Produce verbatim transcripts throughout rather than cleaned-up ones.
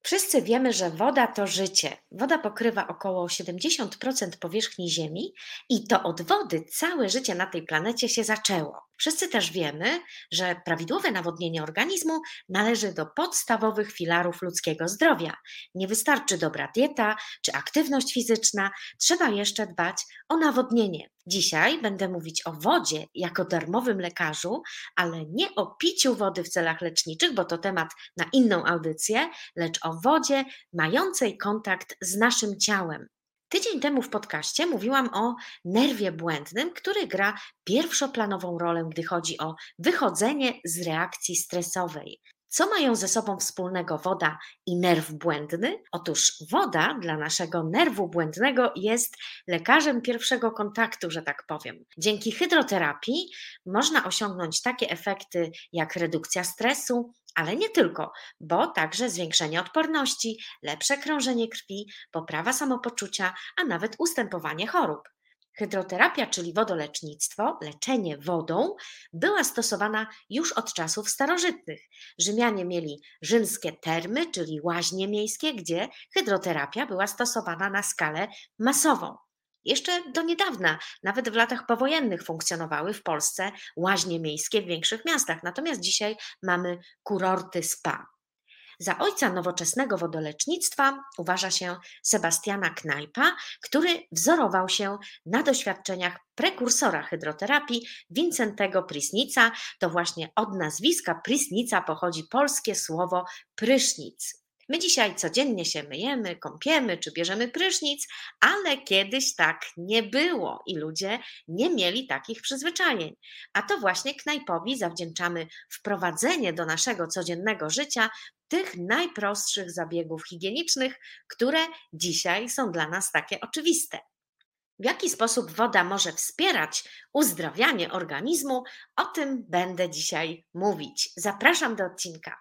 Wszyscy wiemy, że woda to życie. Woda pokrywa około siedemdziesiąt procent powierzchni Ziemi i to od wody całe życie na tej planecie się zaczęło. Wszyscy też wiemy, że prawidłowe nawodnienie organizmu należy do podstawowych filarów ludzkiego zdrowia. Nie wystarczy dobra dieta czy aktywność fizyczna, trzeba jeszcze dbać o nawodnienie. Dzisiaj będę mówić o wodzie jako darmowym lekarzu, ale nie o piciu wody w celach leczniczych, bo to temat na inną audycję, lecz o wodzie mającej kontakt z naszym ciałem. Tydzień temu w podcaście mówiłam o nerwie błędnym, który gra pierwszoplanową rolę, gdy chodzi o wychodzenie z reakcji stresowej. Co mają ze sobą wspólnego woda i nerw błędny? Otóż woda dla naszego nerwu błędnego jest lekarzem pierwszego kontaktu, że tak powiem. Dzięki hydroterapii można osiągnąć takie efekty jak redukcja stresu, ale nie tylko, bo także zwiększenie odporności, lepsze krążenie krwi, poprawa samopoczucia, a nawet ustępowanie chorób. Hydroterapia, czyli wodolecznictwo, leczenie wodą, była stosowana już od czasów starożytnych. Rzymianie mieli rzymskie termy, czyli łaźnie miejskie, gdzie hydroterapia była stosowana na skalę masową. Jeszcze do niedawna, nawet w latach powojennych, funkcjonowały w Polsce łaźnie miejskie w większych miastach, natomiast dzisiaj mamy kurorty spa. Za ojca nowoczesnego wodolecznictwa uważa się Sebastiana Knajpa, który wzorował się na doświadczeniach prekursora hydroterapii Wincentego Prisnica. To właśnie od nazwiska Prisnica pochodzi polskie słowo prysznic. My dzisiaj codziennie się myjemy, kąpiemy czy bierzemy prysznic, ale kiedyś tak nie było i ludzie nie mieli takich przyzwyczajeń. A to właśnie Knajpowi zawdzięczamy wprowadzenie do naszego codziennego życia tych najprostszych zabiegów higienicznych, które dzisiaj są dla nas takie oczywiste. W jaki sposób woda może wspierać uzdrawianie organizmu? O tym będę dzisiaj mówić. Zapraszam do odcinka.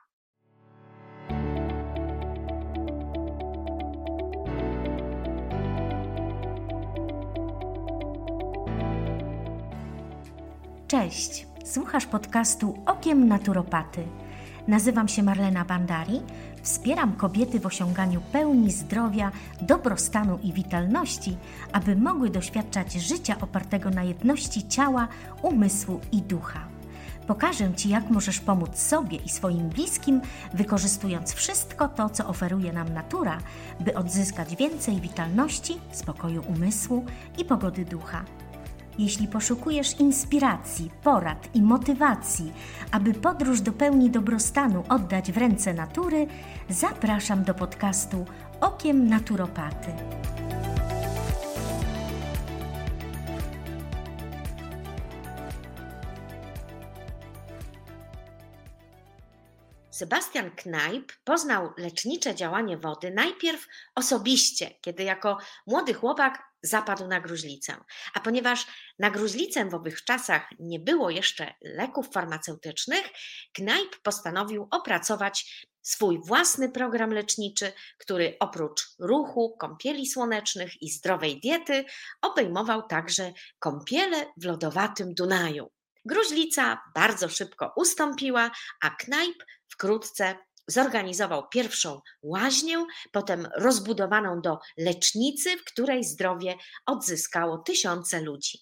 Cześć, słuchasz podcastu Okiem Naturopaty. Nazywam się Marlena Bandari, wspieram kobiety w osiąganiu pełni zdrowia, dobrostanu i witalności, aby mogły doświadczać życia opartego na jedności ciała, umysłu i ducha. Pokażę Ci, jak możesz pomóc sobie i swoim bliskim, wykorzystując wszystko to, co oferuje nam natura, by odzyskać więcej witalności, spokoju umysłu i pogody ducha. Jeśli poszukujesz inspiracji, porad i motywacji, aby podróż do pełni dobrostanu oddać w ręce natury, zapraszam do podcastu Okiem Naturopaty. Sebastian Knajp poznał lecznicze działanie wody najpierw osobiście, kiedy jako młody chłopak zapadł na gruźlicę. A ponieważ na gruźlicę w owych czasach nie było jeszcze leków farmaceutycznych, Knajp postanowił opracować swój własny program leczniczy, który oprócz ruchu, kąpieli słonecznych i zdrowej diety obejmował także kąpiele w lodowatym Dunaju. Gruźlica bardzo szybko ustąpiła, a Knajp wkrótce zorganizował pierwszą łaźnię, potem rozbudowaną do lecznicy, w której zdrowie odzyskało tysiące ludzi.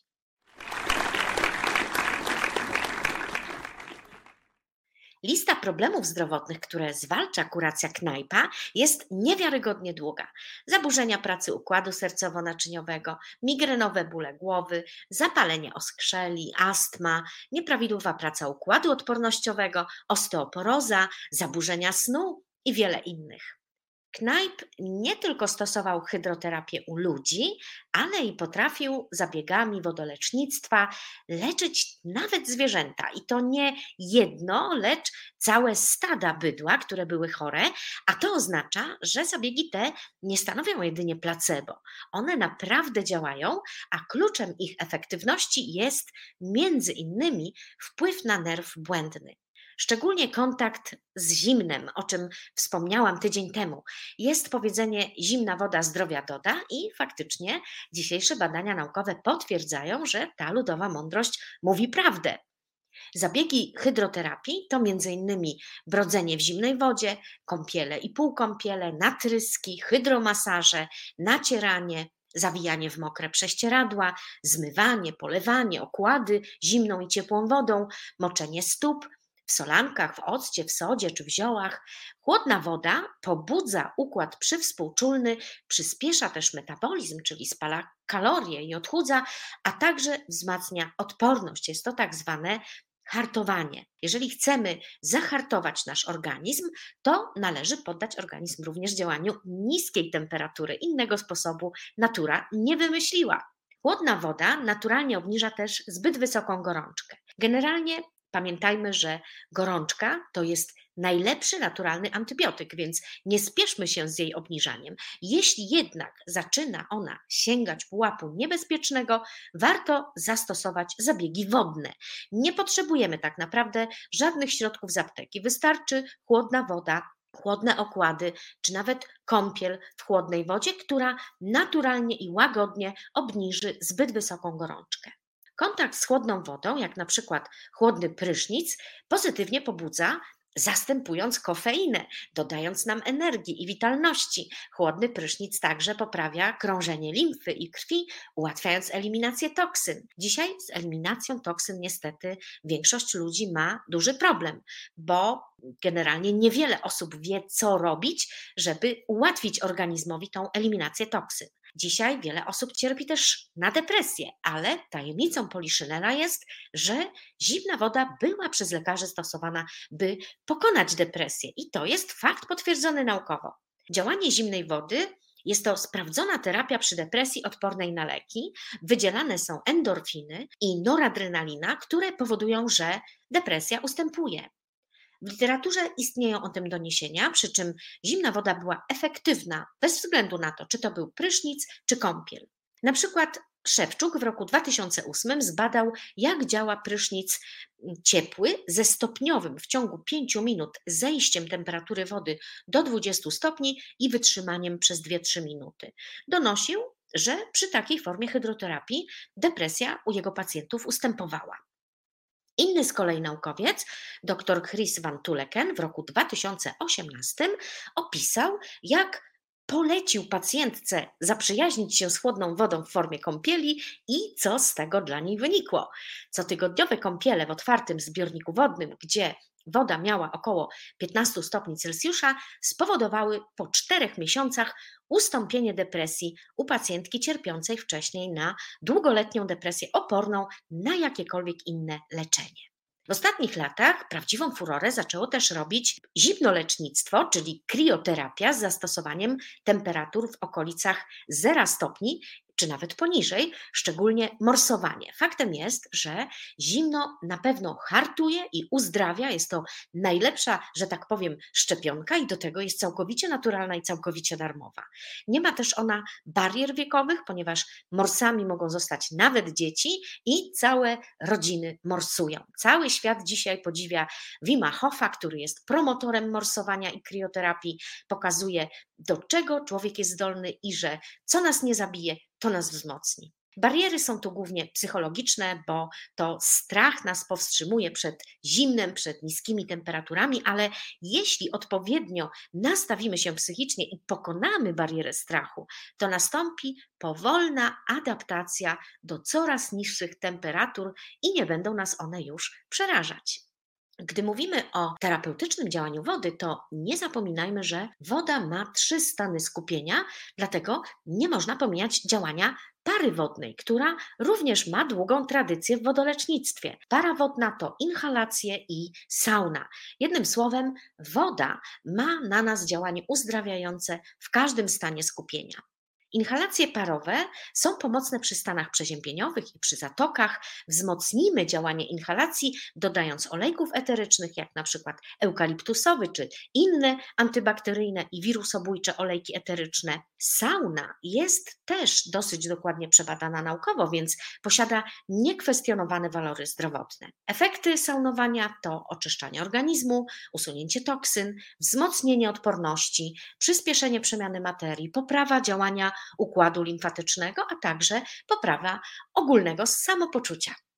Lista problemów zdrowotnych, które zwalcza kuracja Knajpa, jest niewiarygodnie długa. Zaburzenia pracy układu sercowo-naczyniowego, migrenowe bóle głowy, zapalenie oskrzeli, astma, nieprawidłowa praca układu odpornościowego, osteoporoza, zaburzenia snu i wiele innych. Knajp nie tylko stosował hydroterapię u ludzi, ale i potrafił zabiegami wodolecznictwa leczyć nawet zwierzęta. I to nie jedno, lecz całe stada bydła, które były chore, a to oznacza, że zabiegi te nie stanowią jedynie placebo. One naprawdę działają, a kluczem ich efektywności jest między innymi wpływ na nerw błędny. Szczególnie kontakt z zimnem, o czym wspomniałam tydzień temu. Jest powiedzenie zimna woda zdrowia doda i faktycznie dzisiejsze badania naukowe potwierdzają, że ta ludowa mądrość mówi prawdę. Zabiegi hydroterapii to między innymi brodzenie w zimnej wodzie, kąpiele i półkąpiele, natryski, hydromasaże, nacieranie, zawijanie w mokre prześcieradła, zmywanie, polewanie, okłady zimną i ciepłą wodą, moczenie stóp w solankach, w occie, w sodzie czy w ziołach. Chłodna woda pobudza układ przywspółczulny, przyspiesza też metabolizm, czyli spala kalorie i odchudza, a także wzmacnia odporność. Jest to tak zwane hartowanie. Jeżeli chcemy zahartować nasz organizm, to należy poddać organizm również działaniu niskiej temperatury. Innego sposobu natura nie wymyśliła. Chłodna woda naturalnie obniża też zbyt wysoką gorączkę. Generalnie pamiętajmy, że gorączka to jest najlepszy naturalny antybiotyk, więc nie spieszmy się z jej obniżaniem. Jeśli jednak zaczyna ona sięgać pułapu niebezpiecznego, warto zastosować zabiegi wodne. Nie potrzebujemy tak naprawdę żadnych środków z apteki. Wystarczy chłodna woda, chłodne okłady, czy nawet kąpiel w chłodnej wodzie, która naturalnie i łagodnie obniży zbyt wysoką gorączkę. Kontakt z chłodną wodą, jak na przykład chłodny prysznic, pozytywnie pobudza, zastępując kofeinę, dodając nam energii i witalności. Chłodny prysznic także poprawia krążenie limfy i krwi, ułatwiając eliminację toksyn. Dzisiaj z eliminacją toksyn niestety większość ludzi ma duży problem, bo generalnie niewiele osób wie, co robić, żeby ułatwić organizmowi tą eliminację toksyn. Dzisiaj wiele osób cierpi też na depresję, ale tajemnicą poliszynela jest, że zimna woda była przez lekarzy stosowana, by pokonać depresję i to jest fakt potwierdzony naukowo. Działanie zimnej wody jest to sprawdzona terapia przy depresji odpornej na leki. Wydzielane są endorfiny i noradrenalina, które powodują, że depresja ustępuje. W literaturze istnieją o tym doniesienia, przy czym zimna woda była efektywna bez względu na to, czy to był prysznic, czy kąpiel. Na przykład Szewczuk w roku dwa tysiące ósmym zbadał, jak działa prysznic ciepły ze stopniowym w ciągu pięciu minut zejściem temperatury wody do dwudziestu stopni i wytrzymaniem przez dwie do trzech minuty. Donosił, że przy takiej formie hydroterapii depresja u jego pacjentów ustępowała. Inny z kolei naukowiec, dr Chris van Tulleken w roku dwa tysiące osiemnastym opisał, jak polecił pacjentce zaprzyjaźnić się z chłodną wodą w formie kąpieli i co z tego dla niej wynikło. Cotygodniowe kąpiele w otwartym zbiorniku wodnym, gdzie woda miała około piętnaście stopni Celsjusza, spowodowały po czterech miesiącach ustąpienie depresji u pacjentki cierpiącej wcześniej na długoletnią depresję oporną na jakiekolwiek inne leczenie. W ostatnich latach prawdziwą furorę zaczęło też robić zimnolecznictwo, czyli krioterapia z zastosowaniem temperatur w okolicach zera stopni, czy nawet poniżej, szczególnie morsowanie. Faktem jest, że zimno na pewno hartuje i uzdrawia. Jest to najlepsza, że tak powiem, szczepionka i do tego jest całkowicie naturalna i całkowicie darmowa. Nie ma też ona barier wiekowych, ponieważ morsami mogą zostać nawet dzieci i całe rodziny morsują. Cały świat dzisiaj podziwia Wima Hofa, który jest promotorem morsowania i krioterapii, pokazuje, do czego człowiek jest zdolny i że co nas nie zabije, to nas wzmocni. Bariery są tu głównie psychologiczne, bo to strach nas powstrzymuje przed zimnem, przed niskimi temperaturami, ale jeśli odpowiednio nastawimy się psychicznie i pokonamy barierę strachu, to nastąpi powolna adaptacja do coraz niższych temperatur i nie będą nas one już przerażać. Gdy mówimy o terapeutycznym działaniu wody, to nie zapominajmy, że woda ma trzy stany skupienia, dlatego nie można pomijać działania pary wodnej, która również ma długą tradycję w wodolecznictwie. Para wodna to inhalacje i sauna. Jednym słowem, woda ma na nas działanie uzdrawiające w każdym stanie skupienia. Inhalacje parowe są pomocne przy stanach przeziębieniowych i przy zatokach. Wzmocnimy działanie inhalacji, dodając olejków eterycznych, jak na przykład eukaliptusowy czy inne antybakteryjne i wirusobójcze olejki eteryczne. Sauna jest też dosyć dokładnie przebadana naukowo, więc posiada niekwestionowane walory zdrowotne. Efekty saunowania to oczyszczanie organizmu, usunięcie toksyn, wzmocnienie odporności, przyspieszenie przemiany materii, poprawa działania układu limfatycznego, a także poprawa ogólnego samopoczucia.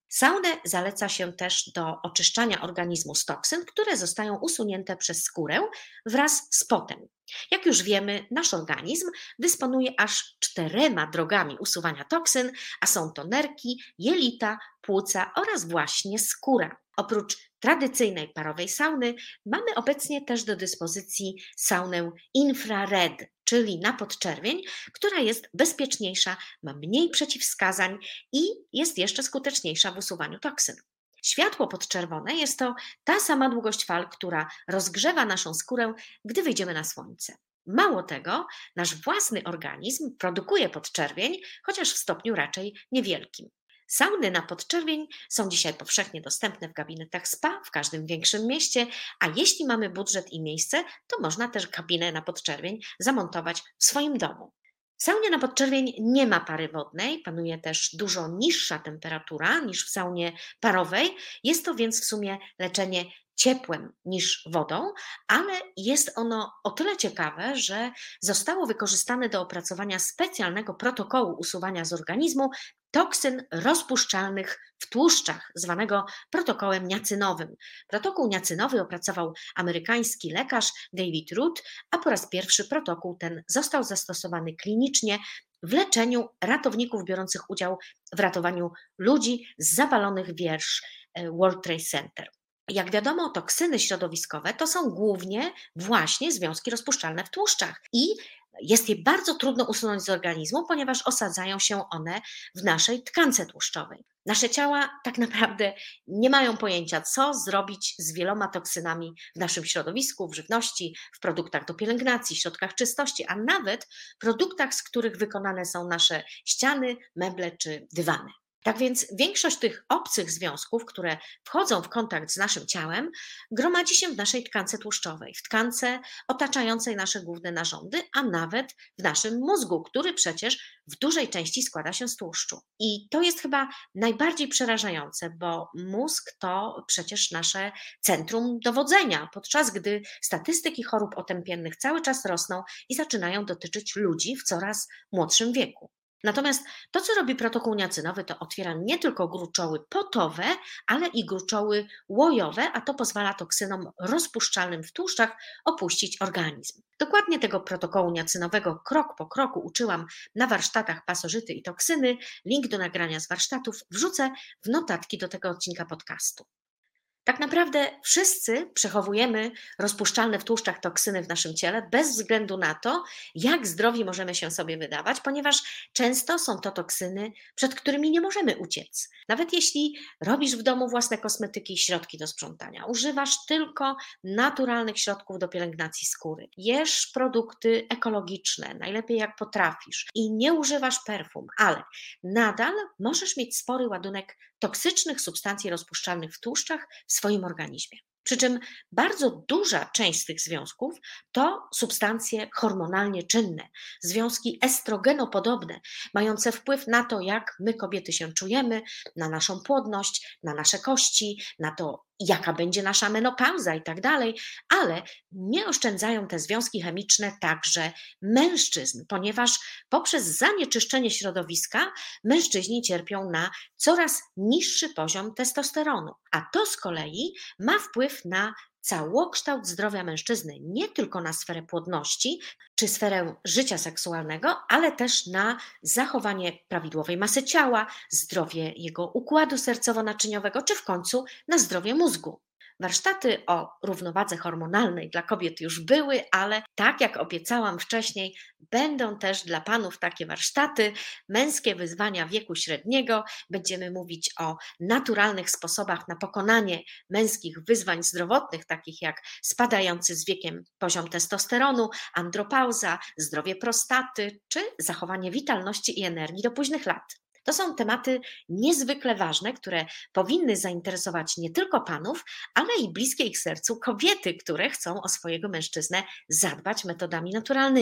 Saunę zaleca się też do oczyszczania organizmu z toksyn, które zostają usunięte przez skórę wraz z potem. Jak już wiemy, nasz organizm dysponuje aż czterema drogami usuwania toksyn, a są to nerki, jelita, płuca oraz właśnie skóra. Oprócz tradycyjnej parowej sauny mamy obecnie też do dyspozycji saunę infrared, czyli na podczerwień, która jest bezpieczniejsza, ma mniej przeciwwskazań i jest jeszcze skuteczniejsza w usuwaniu toksyn. Światło podczerwone jest to ta sama długość fal, która rozgrzewa naszą skórę, gdy wyjdziemy na słońce. Mało tego, nasz własny organizm produkuje podczerwień, chociaż w stopniu raczej niewielkim. Sauny na podczerwień są dzisiaj powszechnie dostępne w gabinetach spa w każdym większym mieście, a jeśli mamy budżet i miejsce, to można też kabinę na podczerwień zamontować w swoim domu. W saunie na podczerwień nie ma pary wodnej, panuje też dużo niższa temperatura niż w saunie parowej. Jest to więc w sumie leczenie ciepłem niż wodą, ale jest ono o tyle ciekawe, że zostało wykorzystane do opracowania specjalnego protokołu usuwania z organizmu toksyn rozpuszczalnych w tłuszczach, zwanego protokołem niacynowym. Protokół niacynowy opracował amerykański lekarz David Root, a po raz pierwszy protokół ten został zastosowany klinicznie w leczeniu ratowników biorących udział w ratowaniu ludzi z zapalonych wież World Trade Center. Jak wiadomo, toksyny środowiskowe to są głównie właśnie związki rozpuszczalne w tłuszczach i jest je bardzo trudno usunąć z organizmu, ponieważ osadzają się one w naszej tkance tłuszczowej. Nasze ciała tak naprawdę nie mają pojęcia, co zrobić z wieloma toksynami w naszym środowisku, w żywności, w produktach do pielęgnacji, środkach czystości, a nawet produktach, z których wykonane są nasze ściany, meble czy dywany. Tak więc większość tych obcych związków, które wchodzą w kontakt z naszym ciałem, gromadzi się w naszej tkance tłuszczowej, w tkance otaczającej nasze główne narządy, a nawet w naszym mózgu, który przecież w dużej części składa się z tłuszczu. I to jest chyba najbardziej przerażające, bo mózg to przecież nasze centrum dowodzenia, podczas gdy statystyki chorób otępiennych cały czas rosną i zaczynają dotyczyć ludzi w coraz młodszym wieku. Natomiast to, co robi protokół niacynowy, to otwiera nie tylko gruczoły potowe, ale i gruczoły łojowe, a to pozwala toksynom rozpuszczalnym w tłuszczach opuścić organizm. Dokładnie tego protokołu niacynowego krok po kroku uczyłam na warsztatach Pasożyty i toksyny. Link do nagrania z warsztatów wrzucę w notatki do tego odcinka podcastu. Tak naprawdę wszyscy przechowujemy rozpuszczalne w tłuszczach toksyny w naszym ciele bez względu na to, jak zdrowi możemy się sobie wydawać, ponieważ często są to toksyny, przed którymi nie możemy uciec. Nawet jeśli robisz w domu własne kosmetyki i środki do sprzątania, używasz tylko naturalnych środków do pielęgnacji skóry, jesz produkty ekologiczne, najlepiej jak potrafisz i nie używasz perfum, ale nadal możesz mieć spory ładunek toksycznych substancji rozpuszczalnych w tłuszczach w swoim organizmie. Przy czym bardzo duża część z tych związków to substancje hormonalnie czynne, związki estrogenopodobne, mające wpływ na to, jak my kobiety się czujemy, na naszą płodność, na nasze kości, na to, jaka będzie nasza menopauza i tak dalej, ale nie oszczędzają te związki chemiczne także mężczyzn, ponieważ poprzez zanieczyszczenie środowiska mężczyźni cierpią na coraz niższy poziom testosteronu, a to z kolei ma wpływ na całokształt zdrowia mężczyzny, nie tylko na sferę płodności czy sferę życia seksualnego, ale też na zachowanie prawidłowej masy ciała, zdrowie jego układu sercowo-naczyniowego, czy w końcu na zdrowie mózgu. Warsztaty o równowadze hormonalnej dla kobiet już były, ale tak jak obiecałam wcześniej, będą też dla panów takie warsztaty, męskie wyzwania wieku średniego. Będziemy mówić o naturalnych sposobach na pokonanie męskich wyzwań zdrowotnych, takich jak spadający z wiekiem poziom testosteronu, andropauza, zdrowie prostaty czy zachowanie witalności i energii do późnych lat. To są tematy niezwykle ważne, które powinny zainteresować nie tylko panów, ale i bliskie ich sercu kobiety, które chcą o swojego mężczyznę zadbać metodami naturalnymi.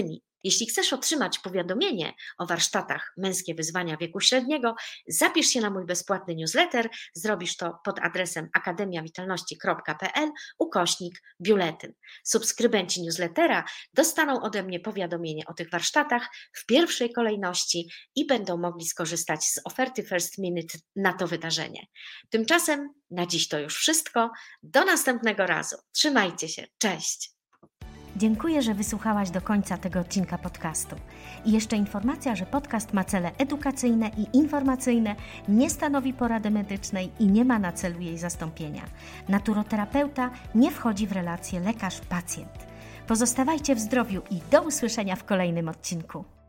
Jeśli chcesz otrzymać powiadomienie o warsztatach Męskie Wyzwania Wieku Średniego, zapisz się na mój bezpłatny newsletter. Zrobisz to pod adresem akademia witalności kropka p l ukośnik biuletyn. Subskrybenci newslettera dostaną ode mnie powiadomienie o tych warsztatach w pierwszej kolejności i będą mogli skorzystać z oferty First Minute na to wydarzenie. Tymczasem na dziś to już wszystko. Do następnego razu. Trzymajcie się. Cześć! Dziękuję, że wysłuchałaś do końca tego odcinka podcastu. I jeszcze informacja, że podcast ma cele edukacyjne i informacyjne, nie stanowi porady medycznej i nie ma na celu jej zastąpienia. Naturoterapeuta nie wchodzi w relację lekarz-pacjent. Pozostawajcie w zdrowiu i do usłyszenia w kolejnym odcinku.